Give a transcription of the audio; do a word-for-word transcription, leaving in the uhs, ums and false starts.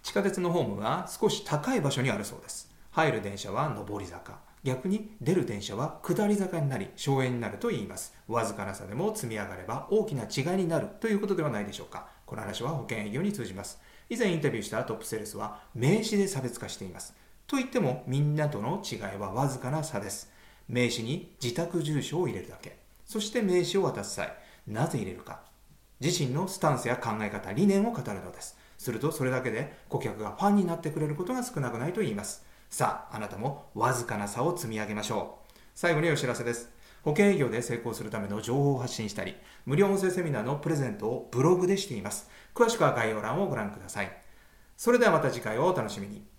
地下鉄のホームが少し高い場所にあるそうです。入る電車は上り坂、逆に出る電車は下り坂になり省エネになると言います。わずかな差でも積み上がれば大きな違いになるということではないでしょうか。この話は保険営業に通じます。以前インタビューしたトップセールスは名詞で差別化しています。と言ってもみんなとの違いはわずかな差です。名詞に自宅住所を入れるだけ。そして名詞を渡す際、なぜ入れるか。自身のスタンスや考え方、理念を語るのです。するとそれだけで顧客がファンになってくれることが少なくないと言います。さあ、あなたもわずかな差を積み上げましょう。最後にお知らせです。保険営業で成功するための情報を発信したり、無料音声セミナーのプレゼントをブログでしています。詳しくは概要欄をご覧ください。それではまた次回をお楽しみに。